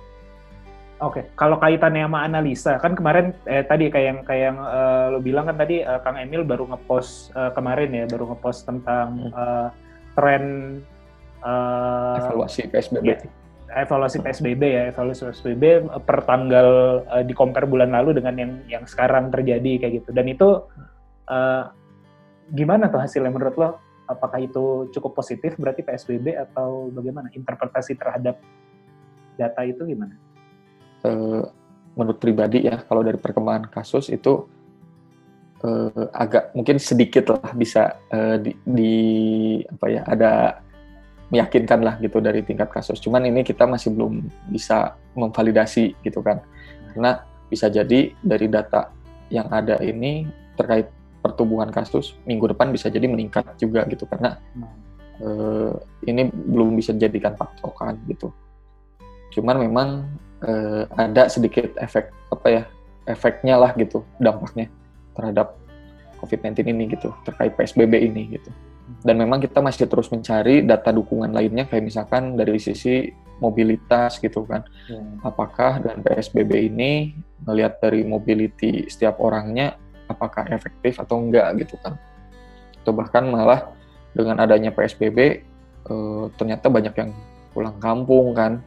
Oke, kalau kaitannya sama analisa, kan kemarin eh, tadi kayak yang kayak yang eh, lo bilang kan tadi eh, Kang Emil baru ngepost eh, kemarin ya, baru ngepost tentang eh, tren eh,
Evaluasi P S B B.
ya, evaluasi P S B B ya, evaluasi P S B B eh, per tanggal eh, di compare bulan lalu dengan yang yang sekarang terjadi kayak gitu. Dan itu eh, gimana tuh hasilnya menurut lo? Apakah itu cukup positif berarti P S B B atau bagaimana? Interpretasi terhadap data itu gimana?
Eh, menurut pribadi ya kalau dari perkembangan kasus itu eh, agak mungkin sedikit lah bisa eh, di, di apa ya ada meyakinkan lah gitu dari tingkat kasus. Cuman ini kita masih belum bisa memvalidasi gitu kan. Karena bisa jadi dari data yang ada ini terkait pertumbuhan kasus minggu depan bisa jadi meningkat juga gitu karena eh, ini belum bisa dijadikan patokan gitu. Cuman memang eh, ada sedikit efek apa ya efeknya lah gitu dampaknya terhadap covid sembilan belas ini gitu terkait P S B B ini gitu. Dan memang kita masih terus mencari data dukungan lainnya kayak misalkan dari sisi mobilitas gitu kan.
Hmm.
Apakah dengan P S B B ini melihat dari mobility setiap orangnya apakah efektif atau enggak gitu kan. Atau bahkan malah dengan adanya P S B B eh, ternyata banyak yang pulang kampung kan.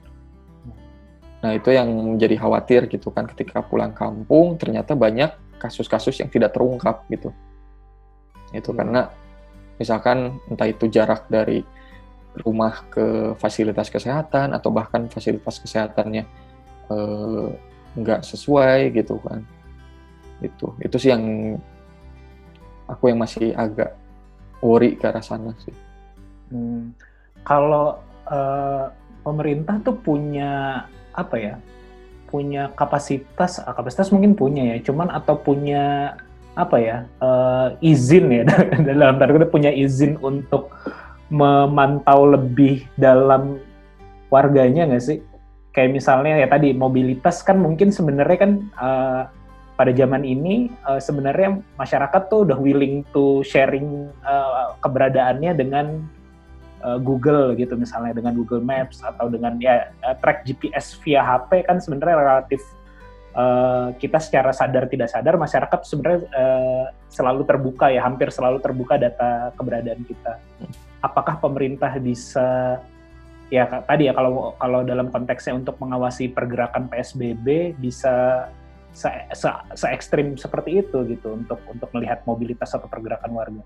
Nah itu yang menjadi khawatir gitu kan ketika pulang kampung ternyata banyak kasus-kasus yang tidak terungkap gitu. Itu
Hmm.
karena misalkan entah itu jarak dari rumah ke fasilitas kesehatan atau bahkan fasilitas kesehatannya eh, nggak sesuai gitu kan. Itu itu sih yang aku yang masih agak worry ke arah sana sih.
Hmm. Kalau eh, pemerintah tuh punya apa ya? Punya kapasitas, ah, kapasitas mungkin punya ya, cuman atau punya apa ya? eh, izin ya dalam tanda kutip punya izin untuk memantau lebih dalam warganya nggak sih? Kayak misalnya ya tadi mobilitas kan mungkin sebenarnya kan uh, pada zaman ini uh, sebenarnya masyarakat tuh udah willing to sharing uh, keberadaannya dengan uh, Google gitu, misalnya dengan Google Maps atau dengan ya uh, track G P S via H P kan sebenarnya relatif uh, kita secara sadar tidak sadar masyarakat sebenarnya uh, selalu terbuka ya, hampir selalu terbuka data keberadaan kita. Apakah pemerintah bisa ya tadi ya kalau kalau dalam konteksnya untuk mengawasi pergerakan P S B B bisa se, se, se ekstrim seperti itu gitu untuk untuk melihat mobilitas atau pergerakan warga?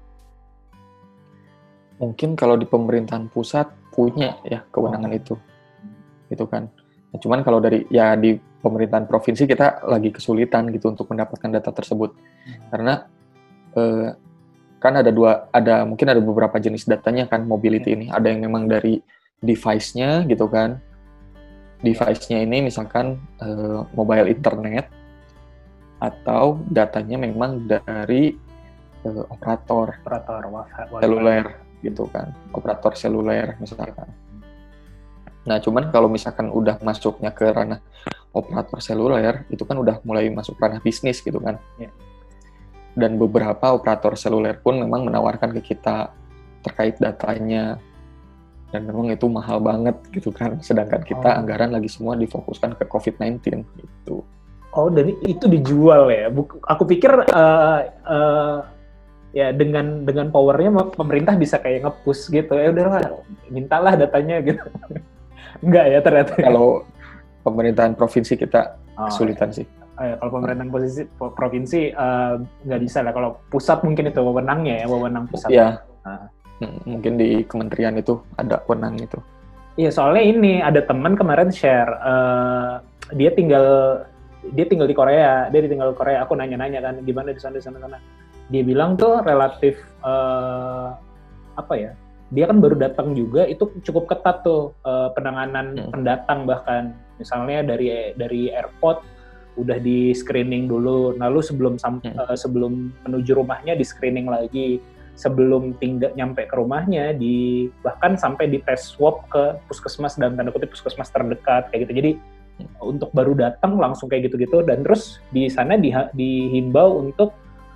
Mungkin kalau di pemerintahan pusat punya ya kewenangan oh. itu, gitu kan. Nah, cuman kalau dari ya di pemerintahan provinsi kita lagi kesulitan gitu untuk mendapatkan data tersebut hmm. karena eh, kan ada dua, ada mungkin ada beberapa jenis datanya kan mobility ini. Ada yang memang dari device-nya gitu kan. Device-nya ini misalkan uh, mobile internet atau datanya memang dari uh, operator
operator wifi
seluler gitu kan. Operator seluler misalkan. Nah, cuman kalau misalkan udah masuknya ke ranah operator seluler, itu kan udah mulai masuk ranah bisnis gitu kan.
Ya.
Dan beberapa operator seluler pun memang menawarkan ke kita terkait datanya, dan memang itu mahal banget gitu kan, sedangkan kita oh. anggaran lagi semua difokuskan ke covid sembilan belas gitu.
Oh, dan itu dijual ya? Buk- aku pikir uh, uh, ya dengan dengan powernya pemerintah bisa kayak nge-push gitu, ya udahlah mintalah datanya gitu. Enggak ya ternyata. Kalau
pemerintahan provinsi kita
oh,
kesulitan
ya.
sih.
Eh, kalau pemerintahan posisi provinsi uh, nggak bisa lah. Kalau pusat mungkin itu wewenangnya ya, wewenang pusat.
Iya.
Nah.
Mungkin di kementerian itu ada wewenang itu.
Iya, soalnya ini ada teman kemarin share, uh, dia tinggal dia tinggal di Korea, dia tinggal di Korea. Aku nanya-nanya kan, gimana di sana di sana sana. Dia bilang tuh relatif uh, apa ya? Dia kan baru datang juga, itu cukup ketat tuh uh, penanganan hmm. pendatang bahkan. Misalnya dari dari airport udah di screening dulu, lalu sebelum sampai hmm. uh, sebelum menuju rumahnya di screening lagi, sebelum tinggal nyampe ke rumahnya di bahkan sampai di tes swab ke puskesmas dan tanda kutip puskesmas terdekat kayak gitu. Jadi hmm. untuk baru datang langsung kayak gitu-gitu, dan terus di sana di, dihimbau untuk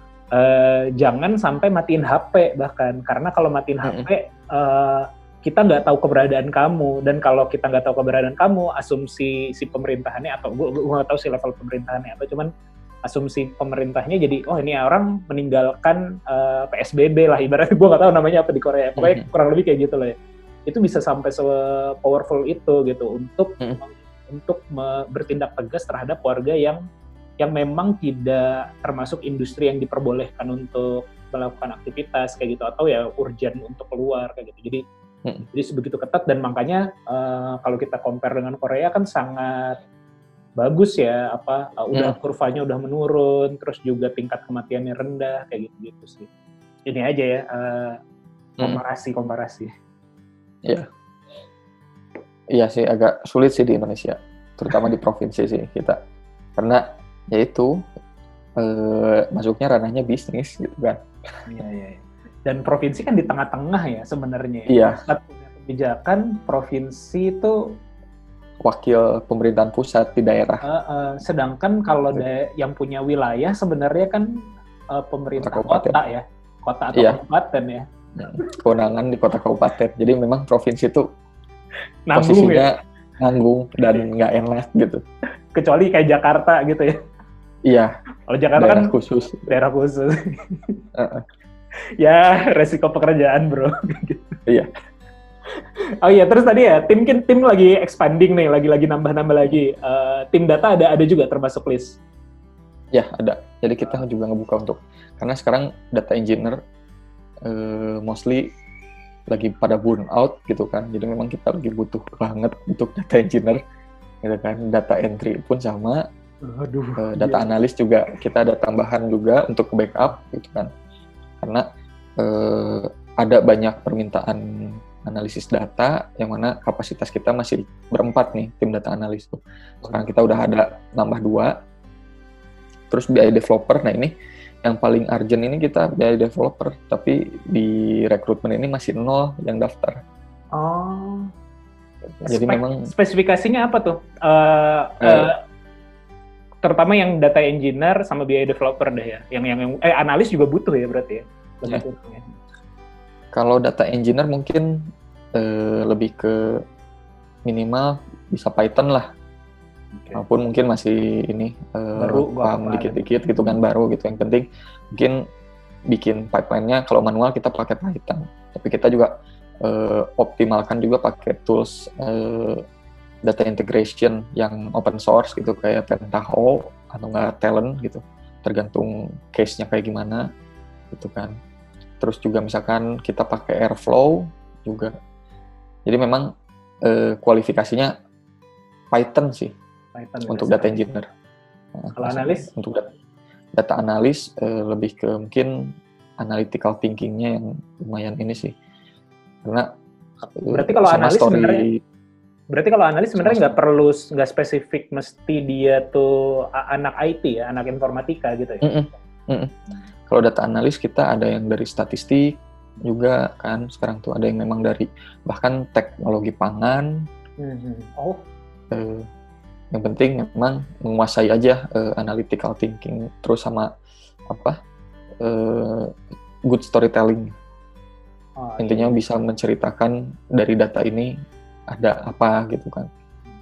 uh, jangan sampai matiin H P bahkan, karena kalau matiin hmm. H P uh, kita nggak tahu keberadaan kamu, dan kalau kita nggak tahu keberadaan kamu, asumsi si pemerintahannya atau gue nggak tahu sih level pemerintahannya apa, cuman asumsi pemerintahnya jadi oh ini orang meninggalkan uh, P S B B lah ibaratnya, gue nggak tahu namanya apa di Korea, pokoknya mm-hmm. kurang lebih kayak gitu lah ya. Itu bisa sampai se-powerful itu gitu untuk mm-hmm. untuk me- bertindak tegas terhadap warga yang yang memang tidak termasuk industri yang diperbolehkan untuk melakukan aktivitas kayak gitu, atau ya urgent untuk keluar kayak gitu. Jadi Hmm. Jadi sebegitu ketat, dan makanya uh, kalau kita compare dengan Korea kan sangat bagus ya, apa uh, udah hmm. kurvanya udah menurun, terus juga tingkat kematiannya rendah kayak gitu-gitu sih. Ini aja ya uh, komparasi komparasi.
Iya, iya sih agak sulit sih di Indonesia, terutama di provinsi sih kita, karena ya itu uh, masuknya ranahnya bisnis gitu kan.
Iya iya. Dan provinsi kan di tengah-tengah ya sebenarnya.
Iya.
Pusat punya kebijakan, provinsi itu
wakil pemerintahan pusat di daerah.
Uh, uh, sedangkan kalau da- yang punya wilayah sebenarnya kan uh, pemerintah kota, kota ya, kota atau iya. kabupaten ya.
Kewenangan di kota kabupaten. Jadi memang provinsi itu
nanggung,
posisinya
ya?
nanggung dan nggak enak gitu.
Kecuali kayak Jakarta gitu ya.
Iya.
Kalau Jakarta
daerah
kan
khusus.
Daerah khusus.
uh-uh.
Ya, resiko pekerjaan bro.
Iya.
Oh iya, terus tadi ya tim tim lagi expanding nih, lagi-lagi nambah-nambah lagi. Uh, tim data ada ada juga termasuk list.
Ya ada. Jadi kita uh. juga ngebuka untuk, karena sekarang data engineer uh, mostly lagi pada burn out gitu kan. Jadi memang kita lagi butuh banget untuk data engineer, gitu kan. Data entry pun sama.
Aduh.
Uh, data iya. analis juga kita ada tambahan juga untuk backup gitu kan. Karena eh, ada banyak permintaan analisis data yang mana kapasitas kita masih berempat nih tim data analis tuh. Sekarang kita udah ada nambah dua. Terus B I developer, nah ini yang paling urgent ini kita B I developer, tapi di rekrutmen ini masih nol yang daftar.
Oh.
Jadi
Spek-
memang
spesifikasinya apa tuh? Eh,
Eh.
eh, terutama yang data engineer sama B I developer deh ya. Yang yang yang- eh analis juga butuh ya berarti ya. Lebih
Ya.
butuh ya.
kalau data engineer mungkin eh, lebih ke minimal bisa Python lah,
Oke.
walaupun mungkin masih ini eh,
Baru, gua
paham
paham.
dikit-dikit gitu kan baru gitu. Yang penting mungkin bikin pipeline-nya kalau manual kita pakai Python, tapi kita juga eh, optimalkan juga pakai tools eh, data integration yang open source gitu kayak Pentaho atau enggak Talent gitu, tergantung case-nya kayak gimana gitu kan. Terus juga misalkan kita pakai Airflow juga. Jadi memang eh, kualifikasinya Python sih
Python ya,
untuk
dasarnya.
data engineer. Nah,
Kalau analis?
Untuk data, data analis eh, lebih ke mungkin analytical thinking-nya yang lumayan ini sih. Karena eh,
Berarti kalau
sama
analis
story
sebenarnya- Berarti kalau analis sebenarnya
Sama-
nggak perlu, nggak spesifik mesti dia tuh a- anak I T ya, anak informatika gitu ya.
Mm-mm, mm-mm. Kalau data analis kita ada yang dari statistik juga kan, sekarang tuh ada yang memang dari bahkan teknologi pangan.
Mhm. Oh,
Eh, yang penting memang menguasai aja eh, analytical thinking, terus sama apa eh, good storytelling.
oh,
Intinya
iya.
bisa menceritakan dari data ini ada apa gitu kan.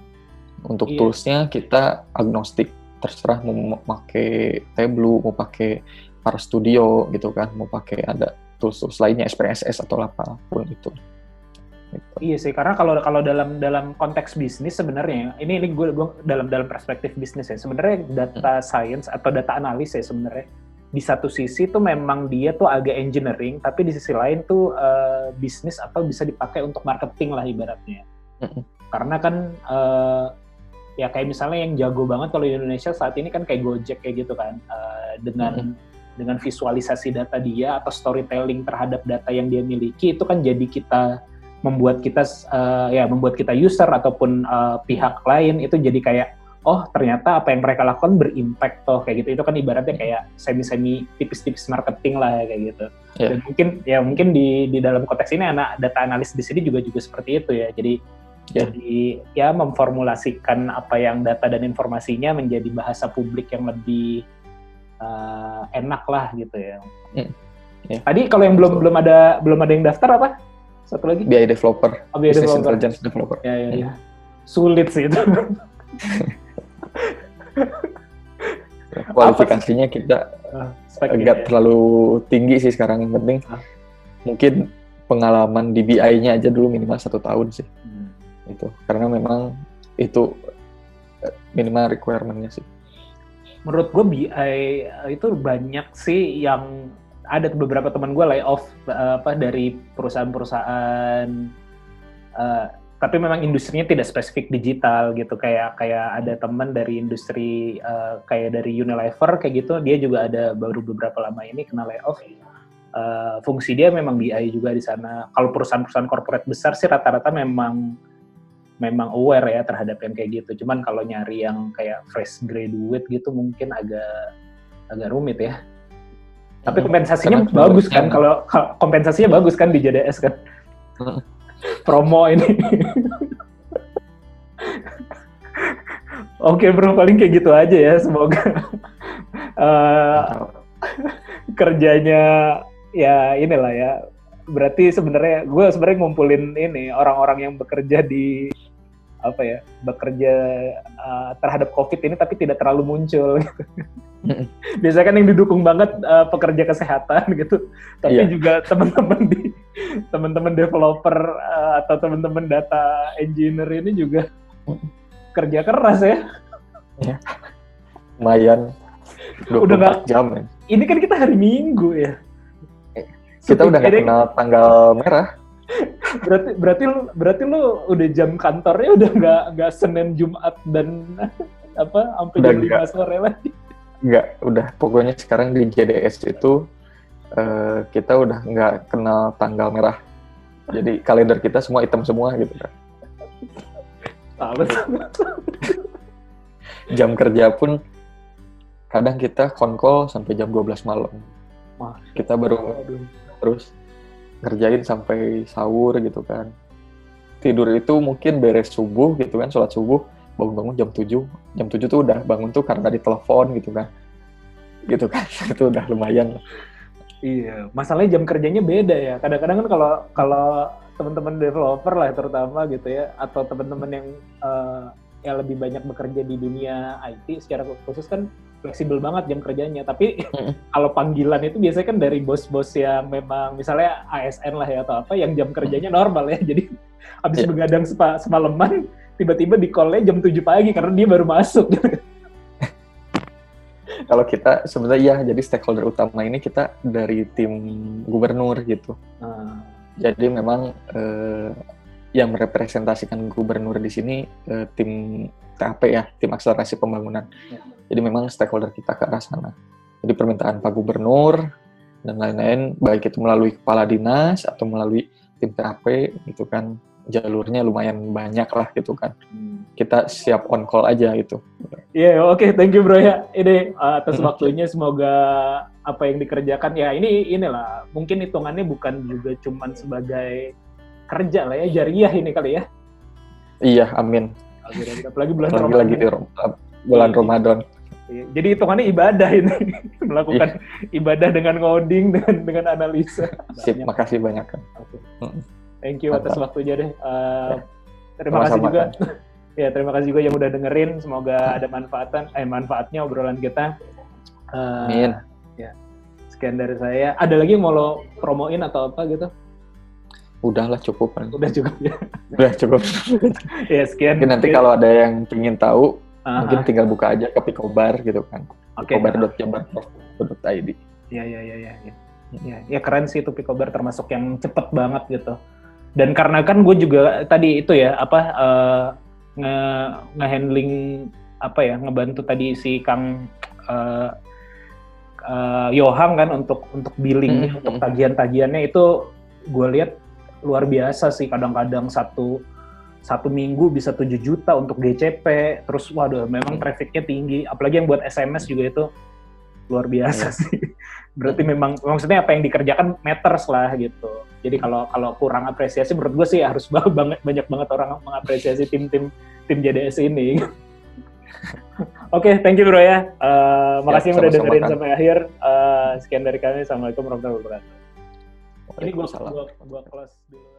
Untuk
Iya.
toolsnya kita agnostik, terserah mau pakai Tableau, mau pakai Para Studio gitu kan, mau pakai ada tools-tools lainnya S P S S atau apapun itu. Gitu.
Iya sih, karena kalau kalau dalam dalam konteks bisnis sebenarnya ini ini gue gue dalam dalam perspektif bisnis ya, sebenarnya data science atau data analis ya sebenarnya di satu sisi tuh memang dia tuh agak engineering, tapi di sisi lain tuh eh, bisnis atau bisa dipakai untuk marketing lah ibaratnya.
Mm-mm.
Karena kan eh, ya kayak misalnya yang jago banget kalau di Indonesia saat ini kan kayak Gojek kayak gitu kan, eh, dengan dengan visualisasi data dia atau storytelling terhadap data yang dia miliki itu kan jadi kita membuat kita uh, ya membuat kita user ataupun uh, pihak lain itu jadi kayak oh ternyata apa yang mereka lakukan berimpact toh kayak gitu, itu kan ibaratnya kayak semi-semi tipis-tipis marketing lah ya, kayak gitu.
Yeah.
Dan mungkin ya mungkin di di dalam konteks ini anak data analis di sini juga juga seperti itu ya. Jadi
Yeah.
jadi ya memformulasikan apa yang data dan informasinya menjadi bahasa publik yang lebih uh, enak lah gitu ya.
Mm. Yeah.
Tadi kalau yang belum belum ada belum ada yang daftar apa? Satu lagi?
B I developer,
Oh, B I
business
developer.
intelligence developer.
Ya, ya, ya. Sulit sih itu.
Kualifikasinya kita
Speknya,
agak
ya.
terlalu tinggi sih sekarang, yang penting
Ah.
mungkin pengalaman di B I-nya aja dulu minimal satu tahun sih
Hmm.
itu, karena memang itu eh, minimal requirement-nya sih.
Menurut gue B I itu banyak sih yang ada beberapa teman gue layoff uh, apa dari perusahaan-perusahaan uh, tapi memang industrinya tidak spesifik digital gitu, kayak kayak ada teman dari industri uh, kayak dari Unilever kayak gitu, dia juga ada baru beberapa lama ini kena layoff. Uh, fungsi dia memang B I juga di sana. Kalau perusahaan-perusahaan corporate besar sih rata-rata memang memang aware ya terhadap yang kayak gitu. Cuman kalau nyari yang kayak fresh graduate gitu mungkin agak agak rumit ya. Tapi kompensasinya
Karena
bagus kan,
menurutnya-
kalau kalau kompensasinya bagus kan di J D S kan.
Hmm.
Promo ini. Oke bro, paling kayak gitu aja ya. Semoga eh, kerjanya ya inilah ya. Berarti sebenarnya gue sebenarnya ngumpulin ini orang-orang yang bekerja di apa ya, bekerja uh, terhadap COVID ini tapi tidak terlalu muncul. Gitu. Biasanya kan yang didukung banget uh, pekerja kesehatan gitu, tapi
Iya.
juga teman-teman di teman-teman developer uh, atau teman-teman data engineer ini juga kerja keras ya.
Lumayan dua puluh
Udah
empat
nggak-
jam ya.
Ini kan kita hari Minggu ya.
Kita udah nggak
Ini-
kenal tanggal merah.
berarti berarti lu berarti lu udah jam kantornya udah nggak nggak Senin Jumat dan apa sampai
Udah
jam lima
nggak.
sore lagi.
Nggak, udah pokoknya sekarang di J D S itu eh, kita udah nggak kenal tanggal merah. Jadi kalender kita semua hitam semua gitu kan.
Apa sih?
Jam kerja pun kadang kita konkol sampai jam dua belas malam.
Wah,
Kita baru
aduh.
terus ngerjain sampai sahur gitu kan. tidur itu mungkin beres subuh gitu kan, sholat subuh, bangun-bangun jam tujuh. Jam tujuh tuh udah bangun tuh karena ditelepon gitu kan. Gitu kan, itu udah lumayan.
Iya, masalahnya jam kerjanya beda ya. Kadang-kadang kan kalau kalau teman-teman developer lah terutama gitu ya, atau teman-teman yang uh, ya lebih banyak bekerja di dunia I T secara khusus kan fleksibel banget jam kerjanya. Tapi kalau panggilan itu biasanya kan dari bos-bos yang memang misalnya A S N lah ya atau apa yang jam kerjanya normal ya. Jadi habis
Yeah.
begadang sepa, semalaman tiba-tiba di call-nya jam tujuh pagi karena dia baru masuk.
Kalau kita sebenarnya ya, jadi stakeholder utama ini kita dari tim gubernur gitu.
Nah,
Jadi memang eh, yang merepresentasikan gubernur di sini eh, tim T A P ya, tim akselerasi pembangunan.
Ya.
Jadi memang stakeholder kita ke arah sana. Jadi permintaan Pak Gubernur dan lain-lain, baik itu melalui kepala dinas atau melalui tim T A P gitu kan, jalurnya lumayan banyak lah gitu kan.
hmm.
Kita siap on call aja gitu.
Iya, yeah, oke, okay, thank you bro ya. Ini uh, atas waktunya, semoga apa yang dikerjakan ya ini inilah mungkin hitungannya bukan juga cuman sebagai kerja lah ya, jariah ini kali ya.
Iya, amin.
Apalagi bulan
Lagi
Ramadan.
lagi di Rom- bulan Ramadan.
Iya, jadi hitungannya ibadah ini, melakukan ibadah dengan ngoding, dengan dengan analisa.
Sip,
Banyak.
makasih banyak kan.
Oke.
Mm.
Thank you atas
Mantap.
waktunya deh. Uh, terima kasih
Sama-sama,
juga.
kan.
Ya, terima kasih juga yang udah dengerin. Semoga ada manfaatan, eh manfaatnya obrolan kita. Uh,
Amin.
Ya, sekian dari saya. Ada lagi yang mau lo promoin atau apa gitu?
Udahlah cukup kan.
Udah cukup ya.
Udah cukup.
Ya, sekian.
Mungkin nanti kalau ada yang ingin tahu,
Aha.
mungkin tinggal buka aja ke Picobar gitu kan.
Oke.
picobar dot jabar dot i d.
Ya, ya, ya, ya, ya. Ya, ya keren sih itu Picobar, termasuk yang cepet banget gitu. Dan karena kan gue juga tadi itu ya apa uh, nge ngehandling apa ya ngebantu tadi si Kang uh, uh, Yohang kan untuk untuk billing
Hmm.
untuk tagihan-tagihannya itu gue lihat luar biasa sih, kadang-kadang satu satu minggu bisa tujuh juta untuk G C P, terus waduh memang trafficnya tinggi, apalagi yang buat S M S juga itu luar biasa
Yeah.
sih. Berarti memang maksudnya apa yang dikerjakan matters lah gitu. Jadi kalau kalau kurang apresiasi menurut gue sih harus banget banyak banget orang mengapresiasi tim-tim tim J D S ini. Oke, okay, thank you bro ya. Uh, makasih yang udah
sama-sama,
dengerin
kan.
sampai akhir. Uh, sekian dari kami. Assalamualaikum warahmatullahi wabarakatuh. Ini gua
Waalaikumsalam.
gua gua close dulu.